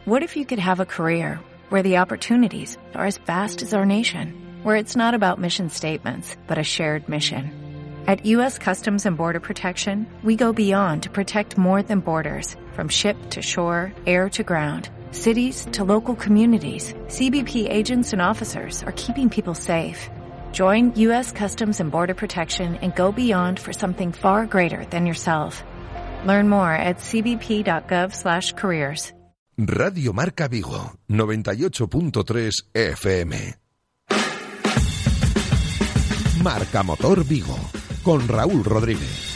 What if you could have a career where the opportunities are as vast as our nation, where it's not about mission statements, but a shared mission? At U.S. Customs and Border Protection, we go beyond to protect more than borders, from ship to shore, air to ground, cities to local communities. CBP agents and officers are keeping people safe. Join U.S. Customs and Border Protection and go beyond for something far greater than yourself. Learn more at cbp.gov/careers. Radio Marca Vigo, 98.3 FM. Marca Motor Vigo, con Raúl Rodríguez.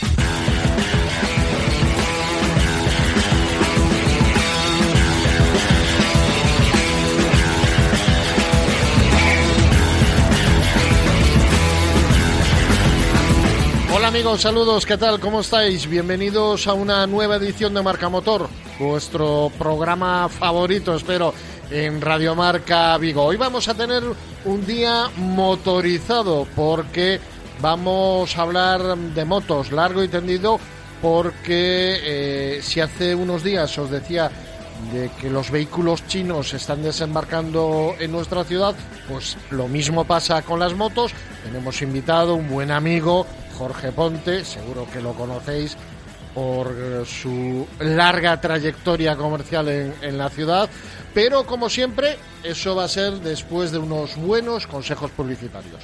Hola amigos, saludos, ¿qué tal? ¿Cómo estáis? Bienvenidos a una nueva edición de Marca Motor, vuestro programa favorito, espero, en Radio Marca Vigo. Hoy vamos a tener un día motorizado porque vamos a hablar de motos, largo y tendido, porque si hace unos días os decía de que los vehículos chinos están desembarcando en nuestra ciudad, pues lo mismo pasa con las motos. Tenemos invitado un buen amigo, Jorge Ponte, seguro que lo conocéis por su larga trayectoria comercial en la ciudad, pero como siempre, eso va a ser después de unos buenos consejos publicitarios.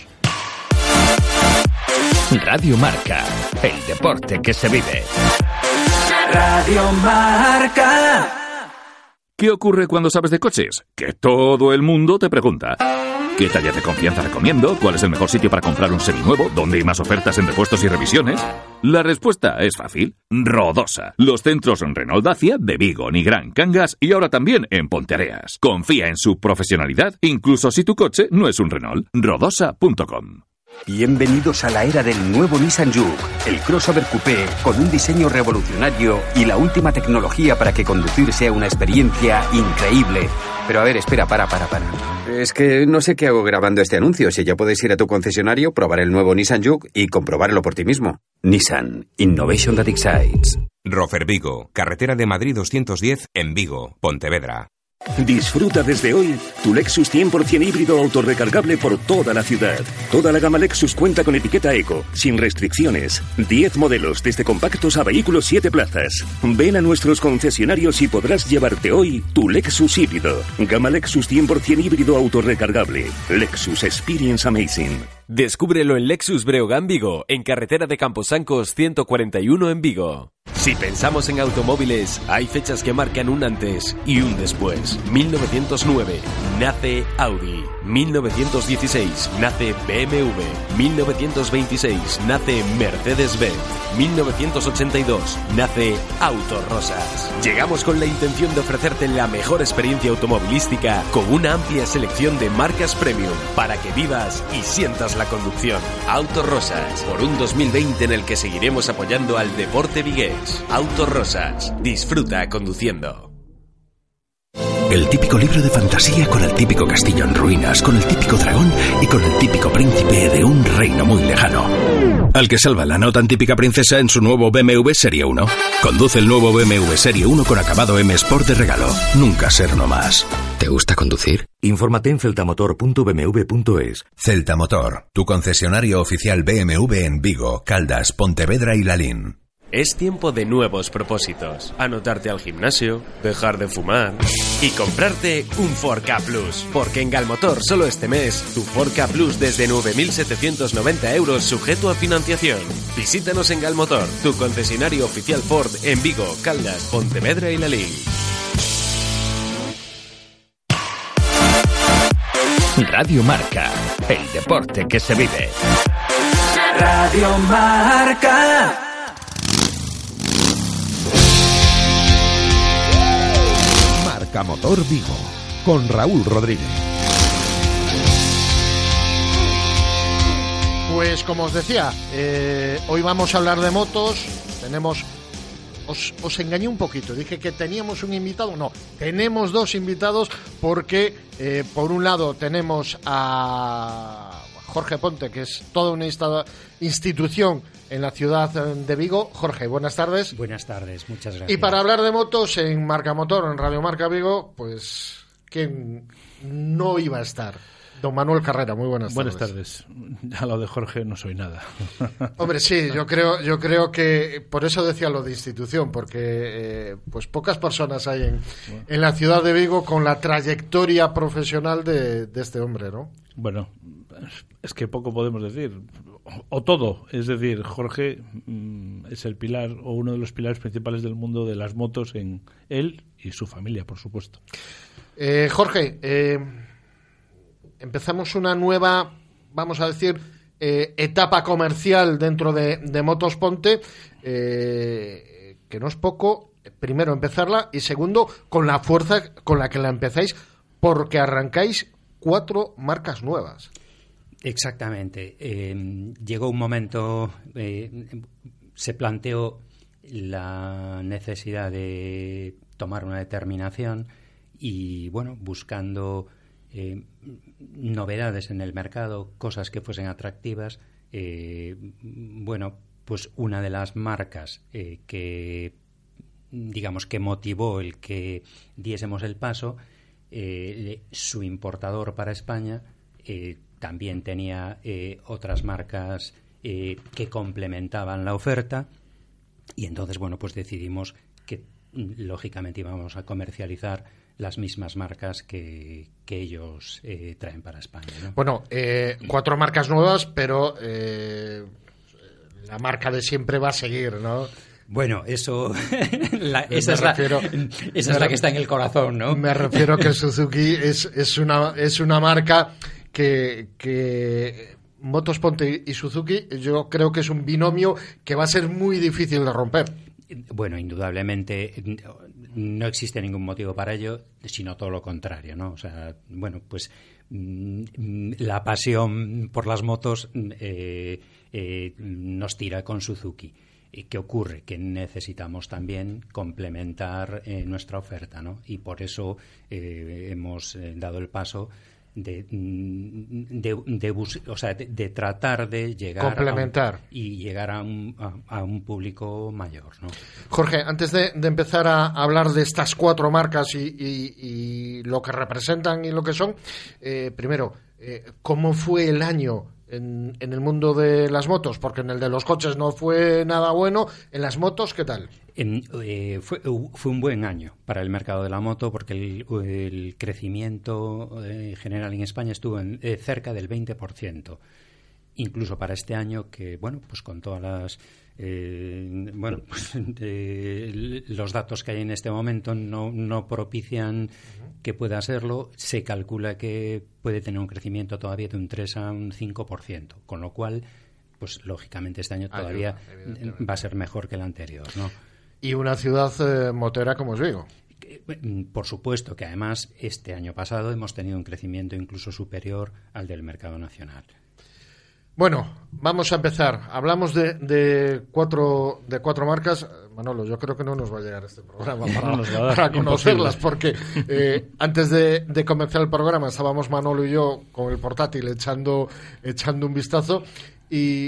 Radio Marca, el deporte que se vive. Radio Marca. ¿Qué ocurre cuando sabes de coches? Que todo el mundo te pregunta. ¿Qué taller de confianza recomiendo? ¿Cuál es el mejor sitio para comprar un seminuevo? ¿Dónde hay más ofertas en repuestos y revisiones? La respuesta es fácil. Rodosa. Los centros Renault Dacia de Vigo, Nigrán, Cangas y ahora también en Ponteareas. Confía en su profesionalidad, incluso si tu coche no es un Renault. Rodosa.com. Bienvenidos a la era del nuevo Nissan Juke, el crossover coupé con un diseño revolucionario y la última tecnología para que conducir sea una experiencia increíble. Pero a ver, espera, para. Es que no sé qué hago grabando este anuncio. Si ya puedes ir a tu concesionario, probar el nuevo Nissan Juke y comprobarlo por ti mismo. Nissan, Innovation that excites. Rofer Vigo, carretera de Madrid 210 en Vigo, Pontevedra. Disfruta desde hoy tu Lexus 100% híbrido autorrecargable por toda la ciudad. Toda la gama Lexus cuenta con etiqueta Eco, sin restricciones. 10 modelos, desde compactos a vehículos 7 plazas. Ven a nuestros concesionarios y podrás llevarte hoy tu Lexus híbrido. Gama Lexus 100% híbrido autorrecargable. Lexus Experience Amazing. Descúbrelo en Lexus Breogán Vigo, en carretera de Camposancos 141 en Vigo. Si pensamos en automóviles, hay fechas que marcan un antes y un después. 1909 nace Audi. 1916 nace BMW. 1926 nace Mercedes-Benz. 1982 nace Autorosas. Llegamos con la intención de ofrecerte la mejor experiencia automovilística con una amplia selección de marcas premium para que vivas y sientas la conducción. Autorosas, por un 2020 en el que seguiremos apoyando al deporte vigués. Autorosas, disfruta conduciendo. El típico libro de fantasía con el típico castillo en ruinas, con el típico dragón y con el típico príncipe de un reino muy lejano. Al que salva la no tan típica princesa en su nuevo BMW Serie 1. Conduce el nuevo BMW Serie 1 con acabado M Sport de regalo. Nunca ser uno más. ¿Te gusta conducir? Infórmate en celtamotor.bmw.es. Celta Motor, tu concesionario oficial BMW en Vigo, Caldas, Pontevedra y Lalín. Es tiempo de nuevos propósitos. Anotarte al gimnasio, dejar de fumar y comprarte un 4K Plus. Porque en Galmotor solo este mes, tu 4K Plus desde 9.790 euros sujeto a financiación. Visítanos en Galmotor, tu concesionario oficial Ford en Vigo, Caldas, Pontevedra y Lalín. Radio Marca, el deporte que se vive. Radio Marca. Marca Motor Vigo, con Raúl Rodríguez. Pues como os decía, hoy vamos a hablar de motos. Os engañé un poquito, dije que teníamos un invitado. No, tenemos dos invitados porque por un lado tenemos a Jorge Ponte, que es toda una institución en la ciudad de Vigo. Jorge, buenas tardes. Buenas tardes, muchas gracias. Y para hablar de motos en Marca Motor, en Radio Marca Vigo, pues ¿quién no iba a estar? Don Manuel Carrera, muy buenas tardes. Buenas tardes. A lo de Jorge no soy nada. Hombre, sí, yo creo que por eso decía lo de institución, porque pues pocas personas hay en la ciudad de Vigo con la trayectoria profesional de este hombre, ¿no? Bueno, es que poco podemos decir, o todo. Es decir, Jorge es el pilar o uno de los pilares principales del mundo de las motos, en él y su familia, por supuesto. Jorge, empezamos una nueva, vamos a decir, etapa comercial dentro de Motos Ponte, que no es poco, primero empezarla y segundo con la fuerza con la que la empezáis, porque arrancáis 4 marcas nuevas. Exactamente. Llegó un momento, se planteó la necesidad de tomar una determinación y, bueno, buscando novedades en el mercado, cosas que fuesen atractivas, bueno, pues una de las marcas que, digamos, que motivó el que diésemos el paso, su importador para España también tenía otras marcas que complementaban la oferta, y entonces, bueno, pues decidimos que lógicamente íbamos a comercializar las mismas marcas que ellos traen para España, ¿no? Bueno, 4 marcas nuevas, pero la marca de siempre va a seguir, ¿no? Bueno, eso esa es la que está en el corazón, ¿no? Me refiero que Suzuki es una marca que Motos Ponte y Suzuki, yo creo que es un binomio que va a ser muy difícil de romper. Bueno, indudablemente no existe ningún motivo para ello, sino todo lo contrario, ¿no? O sea, bueno, pues la pasión por las motos nos tira con Suzuki. ¿Qué ocurre? Que necesitamos también complementar nuestra oferta, ¿no? Y por eso hemos dado el paso de tratar de llegar complementar y llegar a un público mayor, ¿no? Jorge, antes de empezar a hablar de estas 4 marcas y lo que representan y lo que son, primero, ¿cómo fue el año en el mundo de las motos? Porque en el de los coches no fue nada bueno. En las motos, ¿qué tal? Fue un buen año para el mercado de la moto, porque el crecimiento general en España estuvo en cerca del 20%. Incluso para este año, que, bueno, pues con todas las los datos que hay en este momento no propician que pueda serlo. Se calcula que puede tener un crecimiento todavía de un 3 a un 5%, con lo cual, pues lógicamente este año todavía va a ser mejor que el anterior, ¿no? Y una ciudad motera como es Vigo. Por supuesto que además este año pasado hemos tenido un crecimiento incluso superior al del mercado nacional. Bueno, vamos a empezar. Hablamos de cuatro marcas. Manolo, yo creo que no nos va a llegar este programa para conocerlas, porque antes de comenzar el programa estábamos Manolo y yo con el portátil echando un vistazo, y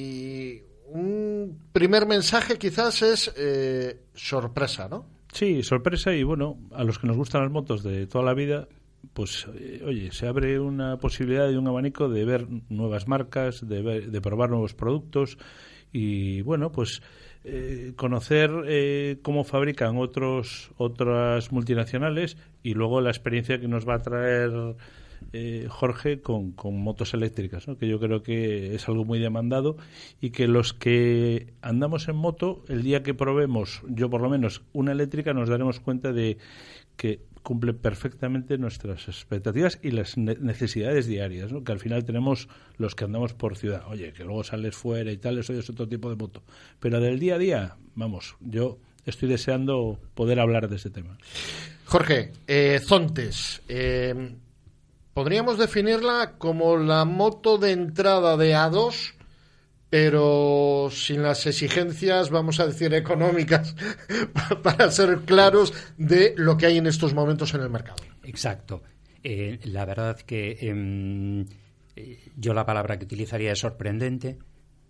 un primer mensaje quizás es sorpresa, ¿no? Sí, sorpresa, y bueno, a los que nos gustan las motos de toda la vida, pues oye, se abre una posibilidad y un abanico de ver nuevas marcas, de probar nuevos productos y, bueno, pues conocer cómo fabrican otras multinacionales, y luego la experiencia que nos va a traer Jorge con motos eléctricas, ¿no? Que yo creo que es algo muy demandado, y que los que andamos en moto, el día que probemos, yo por lo menos, una eléctrica, nos daremos cuenta de que cumple perfectamente nuestras expectativas y las necesidades diarias, ¿no? Que al final tenemos los que andamos por ciudad. Oye, que luego sales fuera y tal, eso es otro tipo de moto. Pero del día a día, vamos, yo estoy deseando poder hablar de este tema. Jorge, Zontes, podríamos definirla como la moto de entrada de A2, pero sin las exigencias, vamos a decir, económicas, para ser claros de lo que hay en estos momentos en el mercado. Exacto. La verdad que Yo la palabra que utilizaría es sorprendente,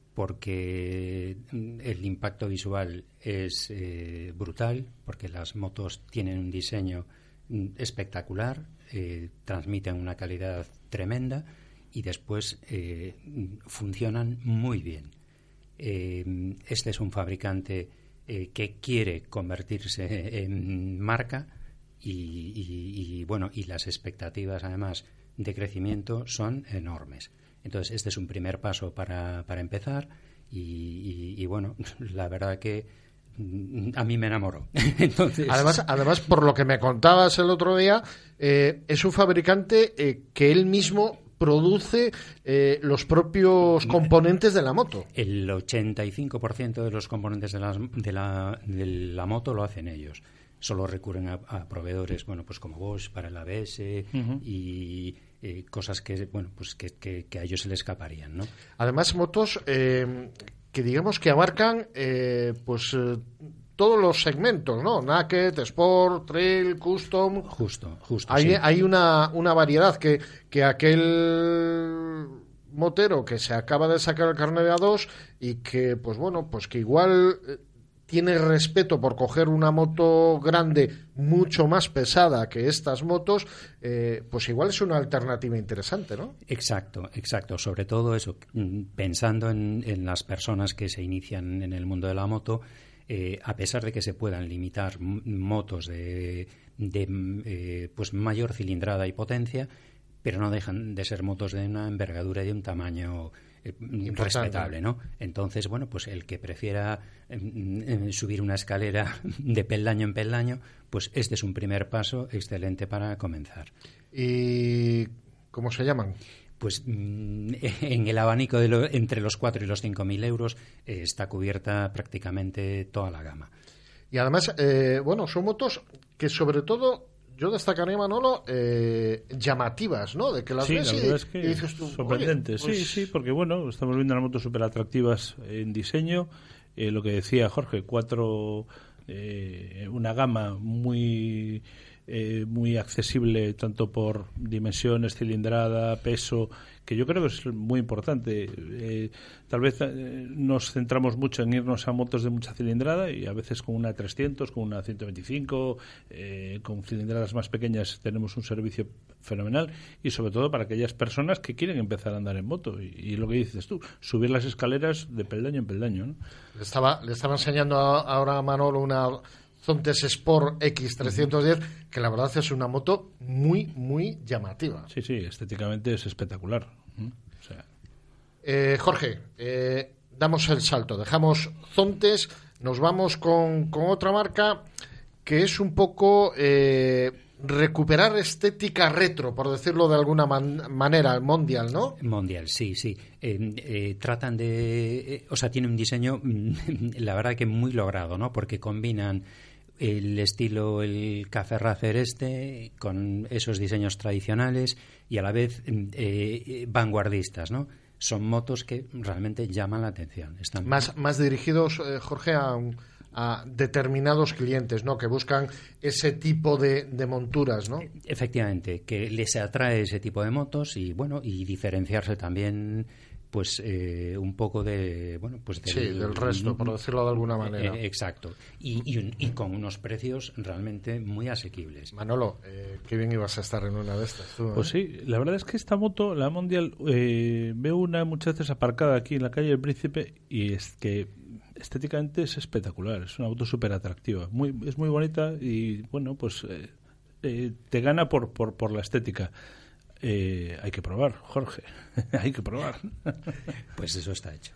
porque el impacto visual es brutal, porque las motos tienen un diseño espectacular, transmiten una calidad tremenda y después funcionan muy bien. Este es un fabricante que quiere convertirse en marca y las expectativas además de crecimiento son enormes. Entonces este es un primer paso para empezar y bueno, la verdad que a mí me enamoró. Entonces... Además, por lo que me contabas el otro día, es un fabricante que él mismo produce los propios componentes de la moto. El 85% de los componentes de la moto lo hacen ellos. Solo recurren a proveedores, pues como Bosch para el ABS y cosas que a ellos se les escaparían, ¿no? Además, motos que digamos que abarcan todos los segmentos, ¿no? Naked, Sport, Trail, Custom. Justo. Hay una variedad que aquel motero que se acaba de sacar el carnet de A2 y que, que igual tiene respeto por coger una moto grande mucho más pesada que estas motos, pues igual es una alternativa interesante, ¿no? Exacto. Sobre todo eso, pensando en las personas que se inician en el mundo de la moto, a pesar de que se puedan limitar motos de mayor cilindrada y potencia, pero no dejan de ser motos de una envergadura y de un tamaño respetable, ¿no? Entonces, el que prefiera subir una escalera de peldaño en peldaño, pues este es un primer paso excelente para comenzar. ¿Y cómo se llaman? Pues en el abanico entre los 4 y los 5.000 euros está cubierta prácticamente toda la gama. Y además, son motos que sobre todo yo destacaría, Manolo, llamativas, ¿no? De que las ves la verdad es que y dices tú, sorprendente. Sí, porque estamos viendo las motos súper atractivas en diseño. Lo que decía Jorge, una gama muy accesible tanto por dimensiones, cilindrada, peso, que yo creo que es muy importante. Tal vez nos centramos mucho en irnos a motos de mucha cilindrada y a veces con una 300, con una 125, con cilindradas más pequeñas tenemos un servicio fenomenal, y sobre todo para aquellas personas que quieren empezar a andar en moto y lo que dices tú, subir las escaleras de peldaño en peldaño, ¿no? Le estaba enseñando ahora a Manolo una Zontes Sport X310, que la verdad es una moto muy, muy llamativa. Sí, estéticamente es espectacular. Jorge, damos el salto, dejamos Zontes, nos vamos con otra marca que es un poco recuperar estética retro, por decirlo de alguna manera, Mondial, ¿no? Mondial, sí. Tratan de... tiene un diseño, la verdad que muy logrado, ¿no? Porque combinan el estilo, el Café Racer con esos diseños tradicionales y a la vez vanguardistas, ¿no? Son motos que realmente llaman la atención. Están más dirigidos, Jorge, a determinados clientes, ¿no? Que buscan ese tipo de monturas, ¿no? Efectivamente, que les atrae ese tipo de motos y diferenciarse también un poco del resto, por decirlo de alguna manera. Exacto. Y con unos precios realmente muy asequibles. Manolo, qué bien ibas a estar en una de estas tú, ¿eh? Pues sí, la verdad es que esta moto, la Mondial, veo una muchas veces aparcada aquí en la calle del Príncipe y es que estéticamente es espectacular, es una moto súper atractiva, es muy bonita y te gana por la estética. Hay que probar, Jorge, hay que probar. Pues eso está hecho.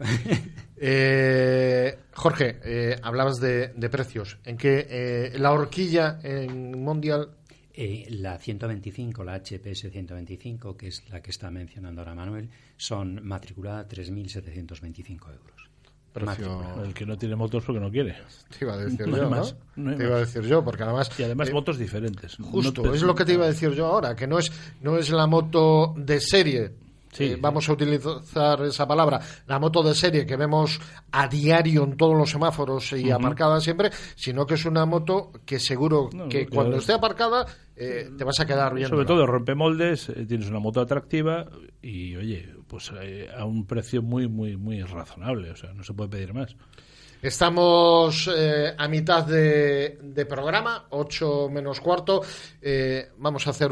Jorge, hablabas de precios. ¿En qué la horquilla en Mondial? La 125, la HPS 125, que es la que está mencionando ahora Manuel, son matriculada 3.725 euros. Precio... El que no tiene motos porque no quiere. Te iba a decir yo, ¿no? Te iba a decir yo, porque además... Y además motos diferentes. Justo, es lo que te iba a decir yo ahora, que no es la moto de serie Sí. Vamos a utilizar esa palabra, la moto de serie que vemos a diario en todos los semáforos y aparcada siempre, sino que es una moto que seguro que cuando esté aparcada te vas a quedar viendo. Sobre todo rompe moldes, tienes una moto atractiva y, oye, pues a un precio muy, muy, muy razonable, o sea, no se puede pedir más. Estamos a mitad de programa, 8 menos cuarto. Vamos a hacer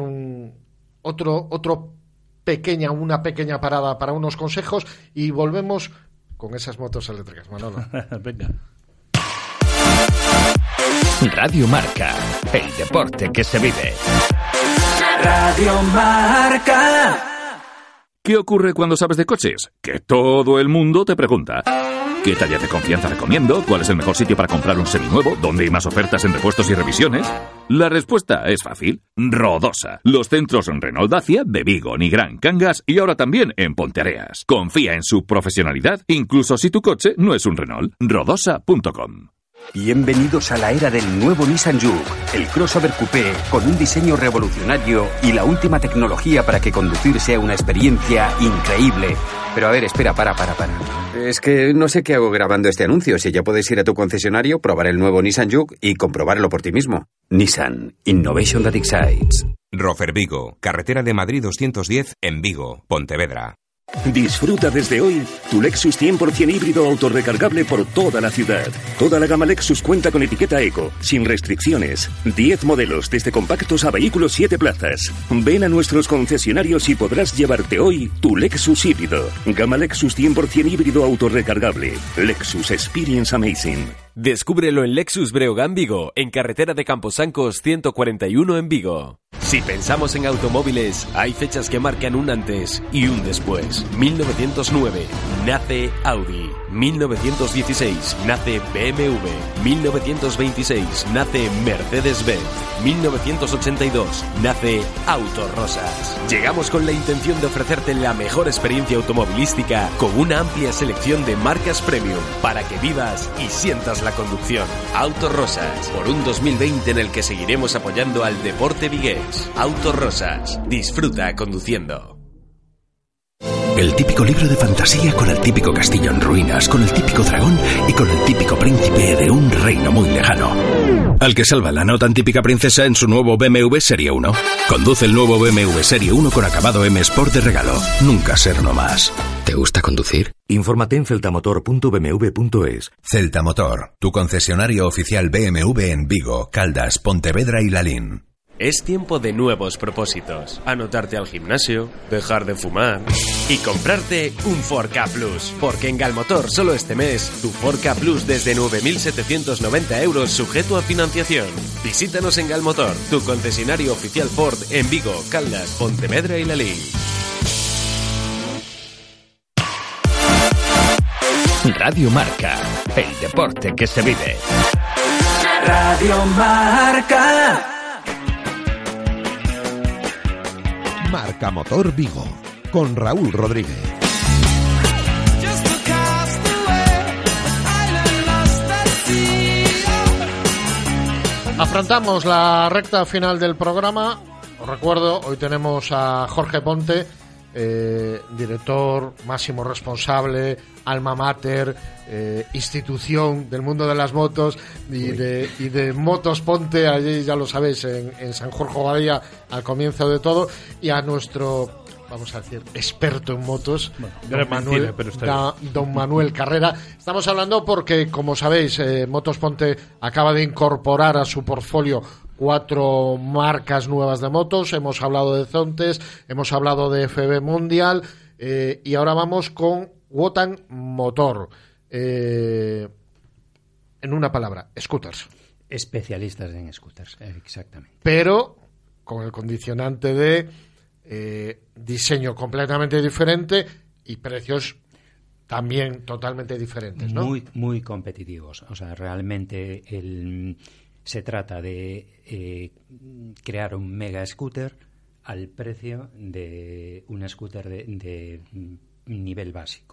una pequeña parada para unos consejos y volvemos con esas motos eléctricas, Manolo. Venga. Radio Marca, el deporte que se vive. Radio Marca. ¿Qué ocurre cuando sabes de coches? Que todo el mundo te pregunta. ¿Qué talla de confianza recomiendo? ¿Cuál es el mejor sitio para comprar un seminuevo? ¿Dónde hay más ofertas en repuestos y revisiones? La respuesta es fácil. Rodosa. Los centros Renault Dacia de Vigo, Nigrán, Cangas y ahora también en Ponteareas. Confía en su profesionalidad, incluso si tu coche no es un Renault. Rodosa.com. Bienvenidos a la era del nuevo Nissan Juke, el crossover coupé con un diseño revolucionario y la última tecnología para que conducir sea una experiencia increíble. Pero a ver, espera, para. Es que no sé qué hago grabando este anuncio. Si ya puedes ir a tu concesionario, probar el nuevo Nissan Juke y comprobarlo por ti mismo. Nissan, Innovation that excites. Rofer Vigo, carretera de Madrid 210 en Vigo, Pontevedra. Disfruta desde hoy tu Lexus 100% híbrido autorrecargable por toda la ciudad. Toda la gama Lexus cuenta con etiqueta Eco, sin restricciones. 10 modelos, desde compactos a vehículos 7 plazas. Ven a nuestros concesionarios y podrás llevarte hoy tu Lexus híbrido. Gama Lexus 100% híbrido autorrecargable. Lexus Experience Amazing. Descúbrelo en Lexus Breogán Vigo, en carretera de Camposancos 141 en Vigo. Si pensamos en automóviles, hay fechas que marcan un antes y un después. 1909 nace Audi. 1916 nace BMW. 1926 nace Mercedes-Benz. 1982 nace Autorosas. Llegamos con la intención de ofrecerte la mejor experiencia automovilística con una amplia selección de marcas premium para que vivas y sientas la conducción. Autorosas, por un 2020 en el que seguiremos apoyando al deporte vigués. Autorosas, disfruta conduciendo. El típico libro de fantasía con el típico castillo en ruinas, con el típico dragón y con el típico príncipe de un reino muy lejano. Al que salva la no tan típica princesa en su nuevo BMW Serie 1. Conduce el nuevo BMW Serie 1 con acabado M Sport de regalo. Nunca ser uno más. ¿Te gusta conducir? Infórmate en celtamotor.bmw.es. Celta Motor, tu concesionario oficial BMW en Vigo, Caldas, Pontevedra y Lalín. Es tiempo de nuevos propósitos. Anotarte al gimnasio, dejar de fumar y comprarte un 4K Plus. Porque en Galmotor solo este mes, tu 4K Plus desde 9.790 euros sujeto a financiación. Visítanos en Galmotor, tu concesionario oficial Ford en Vigo, Caldas, Pontevedra y Lalín. Radio Marca, el deporte que se vive. Radio Marca. Marca Motor Vigo, con Raúl Rodríguez. Afrontamos la recta final del programa. Os recuerdo, hoy tenemos a Jorge Ponte, director, máximo responsable, alma mater, institución del mundo de las motos y de Motos Ponte, allí ya lo sabéis, en San Jorge Badía, al comienzo de todo, y a nuestro, vamos a decir, experto en motos, don Manuel Carrera. Estamos hablando porque, como sabéis, Motos Ponte acaba de incorporar a su portfolio 4 marcas nuevas de motos. Hemos hablado de Zontes, hemos hablado de FB Mundial, y ahora vamos con Wotan Motor. En una palabra, scooters. Especialistas en scooters, exactamente. Pero con el condicionante de diseño completamente diferente y precios también totalmente diferentes, ¿no? Muy competitivos. O sea, realmente se trata de crear un mega scooter al precio de un scooter de nivel básico.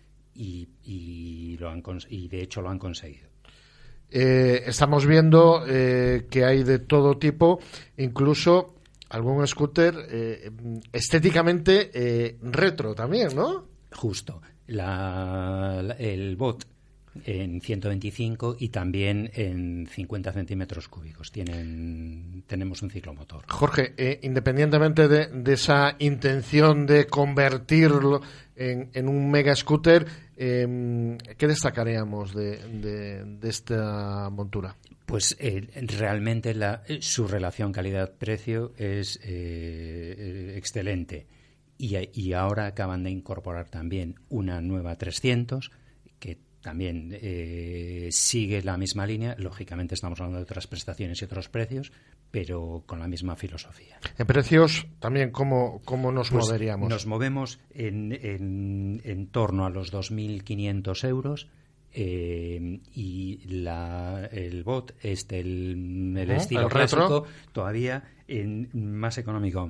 Y de hecho lo han conseguido. Estamos viendo que hay de todo tipo, incluso algún scooter estéticamente retro también, ¿no? Justo. El Bot en 125 y también en 50 centímetros cúbicos. Tenemos un ciclomotor. Jorge, independientemente de esa intención de convertirlo en un mega scooter, ¿qué destacaríamos de esta montura? Pues realmente su relación calidad-precio es excelente. Y ahora acaban de incorporar también una nueva 300 que también sigue la misma línea. Lógicamente estamos hablando de otras prestaciones y otros precios, pero con la misma filosofía. En precios también, ¿cómo nos moveríamos? Nos movemos en torno a los 2.500 euros. Y el Bot, el estilo clásico, todavía más económico,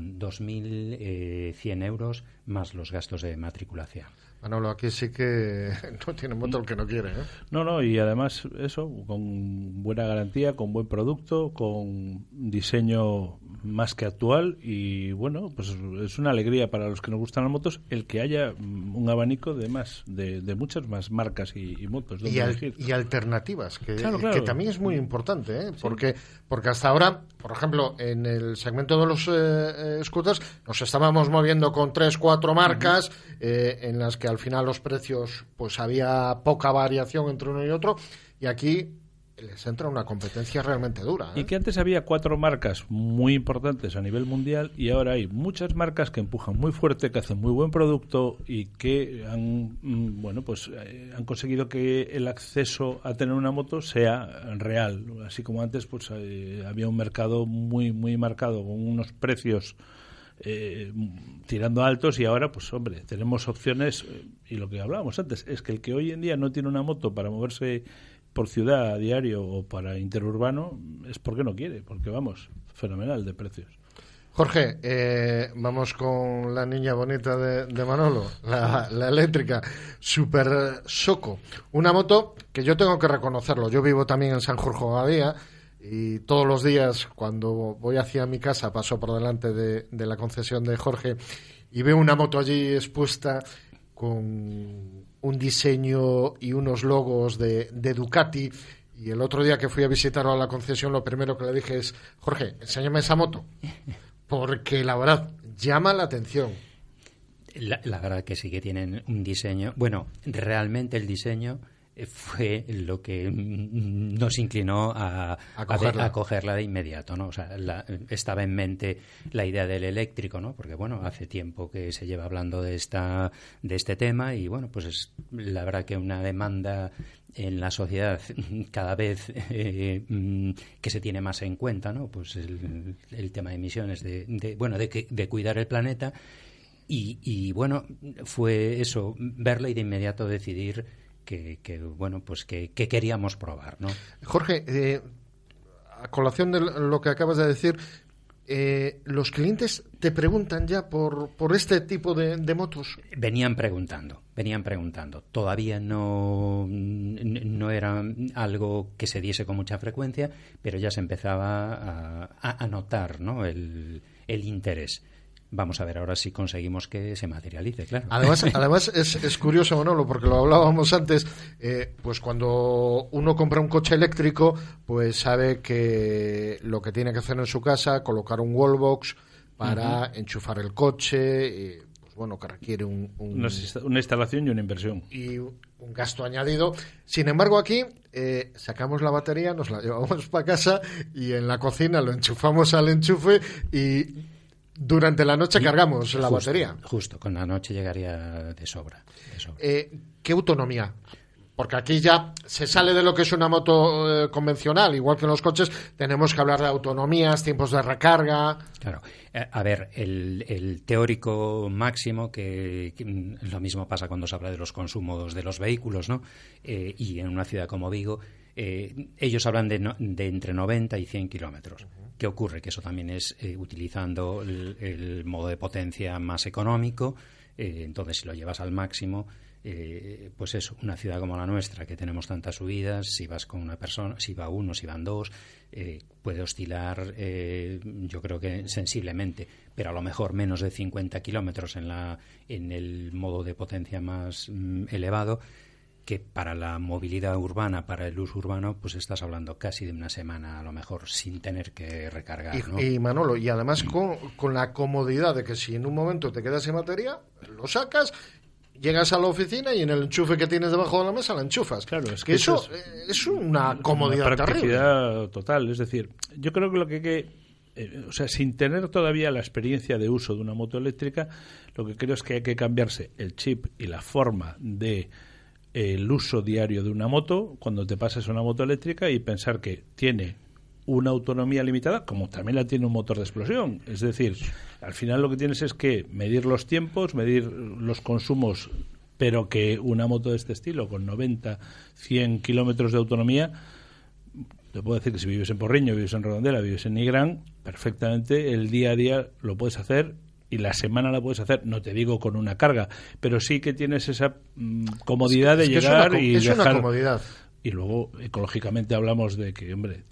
2.100 euros más los gastos de matriculación. Manolo, aquí sí que no tiene moto el que no quiere, ¿eh? No, y además eso, con buena garantía, con buen producto, con diseño más que actual y bueno, pues es una alegría para los que nos gustan las motos el que haya un abanico de muchas más marcas y motos donde elegir. Y alternativas, que Claro. también es muy importante, ¿eh? Porque hasta ahora, por ejemplo, en el segmento de los scooters nos estábamos moviendo con 3-4 marcas en las que al final los precios pues había poca variación entre uno y otro, y aquí les entra una competencia realmente dura, ¿eh? Y que antes había 4 marcas muy importantes a nivel mundial y ahora hay muchas marcas que empujan muy fuerte, que hacen muy buen producto y que han conseguido que el acceso a tener una moto sea real. Así como antes pues había un mercado muy muy marcado con unos precios tirando altos, y ahora pues hombre, tenemos opciones, y lo que hablábamos antes es que el que hoy en día no tiene una moto para moverse por ciudad a diario o para interurbano es porque no quiere, porque vamos, fenomenal de precios. Jorge, vamos con la niña bonita de Manolo, la eléctrica, Super Soco, una moto que yo tengo que reconocerlo, yo vivo también en Sanjurjo Abadía y todos los días cuando voy hacia mi casa paso por delante de la concesión de Jorge y veo una moto allí expuesta con un diseño y unos logos de Ducati, y el otro día que fui a visitarlo a la concesión lo primero que le dije es: Jorge, enséñame esa moto, porque la verdad llama la atención. La verdad que sí que tienen un diseño, bueno, realmente el diseño fue lo que nos inclinó a cogerla de inmediato, ¿no? O sea, estaba en mente la idea del eléctrico, ¿no? Porque, bueno, hace tiempo que se lleva hablando de este tema y, bueno, pues es la verdad que una demanda en la sociedad cada vez que se tiene más en cuenta, ¿no? Pues el tema de emisiones, de cuidar el planeta y, bueno, fue eso, verla y de inmediato decidir que queríamos probar, ¿no? Jorge, a colación de lo que acabas de decir, ¿los clientes te preguntan ya por este tipo de motos? Venían preguntando. Todavía no era algo que se diese con mucha frecuencia, pero ya se empezaba a notar, ¿no? el interés. Vamos a ver ahora si conseguimos que se materialice, claro. Además es curioso, Manolo, porque lo hablábamos antes, pues cuando uno compra un coche eléctrico, pues sabe que lo que tiene que hacer en su casa, colocar un wallbox para enchufar el coche, pues bueno, que requiere una instalación y una inversión. Y un gasto añadido. Sin embargo, aquí sacamos la batería, nos la llevamos para casa y en la cocina lo enchufamos al enchufe y durante la noche cargamos la batería. Justo, con la noche llegaría de sobra. ¿Qué autonomía? Porque aquí ya se sale de lo que es una moto convencional. Igual que en los coches, tenemos que hablar de autonomías, tiempos de recarga. Claro. A ver, el teórico máximo, que lo mismo pasa cuando se habla de los consumos de los vehículos, ¿no? Y en una ciudad como Vigo, ellos hablan de entre 90 y 100 kilómetros. ¿Qué ocurre? Que eso también es utilizando el modo de potencia más económico. Entonces, si lo llevas al máximo, pues eso, una ciudad como la nuestra, que tenemos tantas subidas, si vas con una persona, si va uno, si van dos, puede oscilar, yo creo que sensiblemente, pero a lo mejor menos de 50 kilómetros en el modo de potencia más elevado, que para la movilidad urbana, para el uso urbano, pues estás hablando casi de una semana a lo mejor sin tener que recargar, ¿no? Y Manolo, y además con la comodidad de que si en un momento te quedas sin batería, lo sacas, llegas a la oficina y en el enchufe que tienes debajo de la mesa la enchufas. Claro, es que eso es una comodidad una practicidad terrible. Total. Es decir, yo creo que lo que hay que... o sea, sin tener todavía la experiencia de uso de una moto eléctrica, lo que creo es que hay que cambiarse el chip y la forma de el uso diario de una moto cuando te pasas a una moto eléctrica y pensar que tiene una autonomía limitada, como también la tiene un motor de explosión. Es decir, al final lo que tienes es que medir los tiempos, medir los consumos, pero que una moto de este estilo, con 90, 100 kilómetros de autonomía, te puedo decir que si vives en Porriño, vives en Redondela, vives en Nigrán, perfectamente el día a día lo puedes hacer y la semana la puedes hacer, no te digo con una carga, pero sí que tienes esa comodidad de llegar y es dejar... una comodidad. Y luego, ecológicamente, hablamos de que, hombre,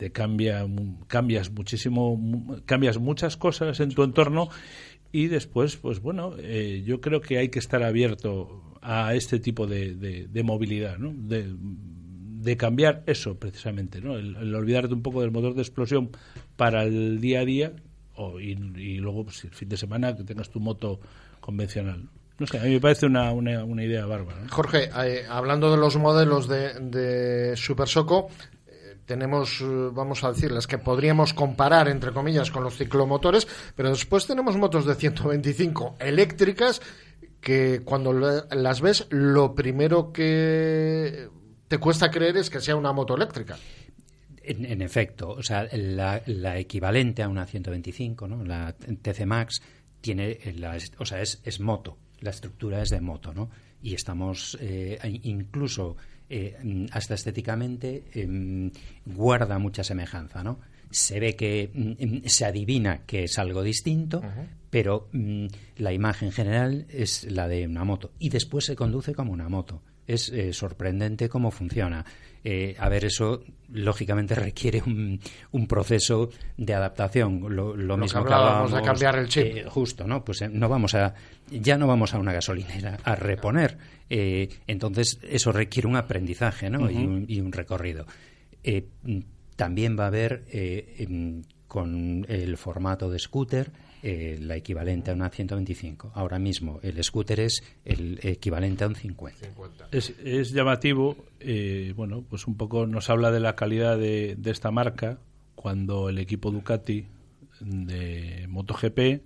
cambias muchísimo, cambias muchas cosas en tu entorno y después, pues bueno, yo creo que hay que estar abierto a este tipo de movilidad, ¿no? De cambiar eso, precisamente, ¿no? El olvidarte un poco del motor de explosión para el día a día y luego, pues, el fin de semana, que tengas tu moto convencional. No sé, a mí me parece una idea bárbara, ¿no? Jorge, hablando de los modelos de Super Soco, tenemos, vamos a decirles, que podríamos comparar, entre comillas, con los ciclomotores, pero después tenemos motos de 125 eléctricas que cuando las ves, lo primero que te cuesta creer es que sea una moto eléctrica. En efecto, o sea, la equivalente a una 125, ¿no? La TC Max tiene, o sea, es moto. La estructura es de moto, ¿no? Y estamos incluso hasta estéticamente guarda mucha semejanza, ¿no? Se ve que se adivina que es algo distinto, pero la imagen general es la de una moto y después se conduce como una moto. Es sorprendente cómo funciona. A ver, eso lógicamente requiere un proceso de adaptación. Lo mismo que hablábamos de cambiar el chip. Justo, ¿no? Pues ya no vamos a una gasolinera a reponer. Entonces, eso requiere un aprendizaje, ¿no? Y un recorrido. También va a haber, con el formato de scooter, la equivalente a una 125. Ahora mismo el scooter es el equivalente a un 50. Es llamativo, bueno, pues un poco nos habla de la calidad de esta marca cuando el equipo Ducati de MotoGP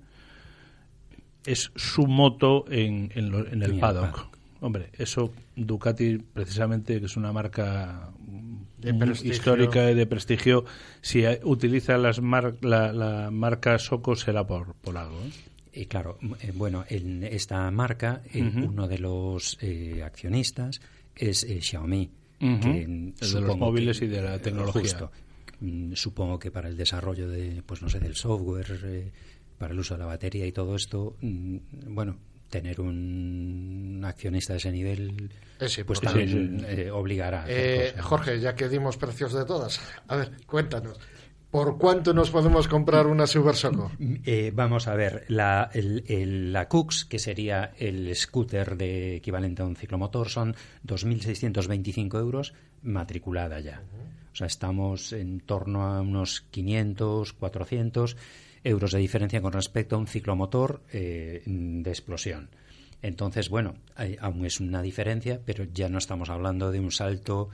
es su moto en el paddock. Hombre, eso Ducati precisamente, que es una marca histórica y de prestigio, si utiliza la marca Soco será por algo, ¿eh? Claro, bueno, en esta marca uno de los accionistas es Xiaomi, que el de los móviles y de la tecnología. Justo, supongo que para el desarrollo de, pues no sé, del software, para el uso de la batería y todo esto, bueno, tener un accionista de ese nivel pues también obligará a hacer cosas. Jorge, ya que dimos precios de todas, a ver, cuéntanos, ¿por cuánto nos podemos comprar una Super Soco? Vamos a ver, la Cux, que sería el scooter equivalente a un ciclomotor, son 2.625 euros matriculada ya. O sea, estamos en torno a unos 500, 400 euros de diferencia con respecto a un ciclomotor de explosión. Entonces, bueno, aún es una diferencia, pero ya no estamos hablando de un salto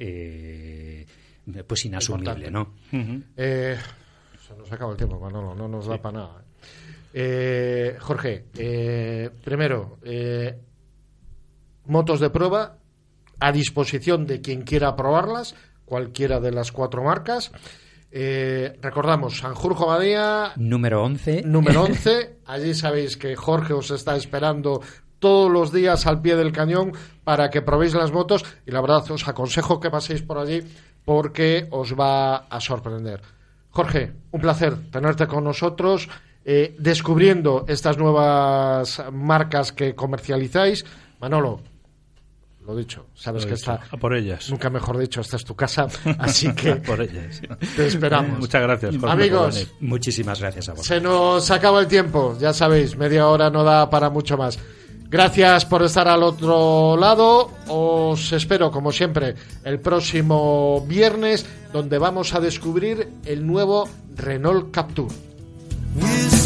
pues inasumible, ¿no? Se nos acaba el tiempo, Manolo, no nos da para nada. Jorge, primero, motos de prueba a disposición de quien quiera probarlas, cualquiera de las 4 marcas. Recordamos, Sanjurjo Badía número 11. Allí sabéis que Jorge os está esperando todos los días al pie del cañón para que probéis las motos, y la verdad os aconsejo que paséis por allí porque os va a sorprender. Jorge, un placer tenerte con nosotros, descubriendo estas nuevas marcas que comercializáis. Manolo, Lo dicho, sabes Lo que dicho. esta... A por ellas. Nunca mejor dicho, esta es tu casa, así que... A por ellas. Te esperamos. Muchas gracias, Jorge, amigos. Muchísimas gracias a vosotros. Se nos acaba el tiempo, ya sabéis, media hora no da para mucho más. Gracias por estar al otro lado. Os espero, como siempre, el próximo viernes, donde vamos a descubrir el nuevo Renault Captur.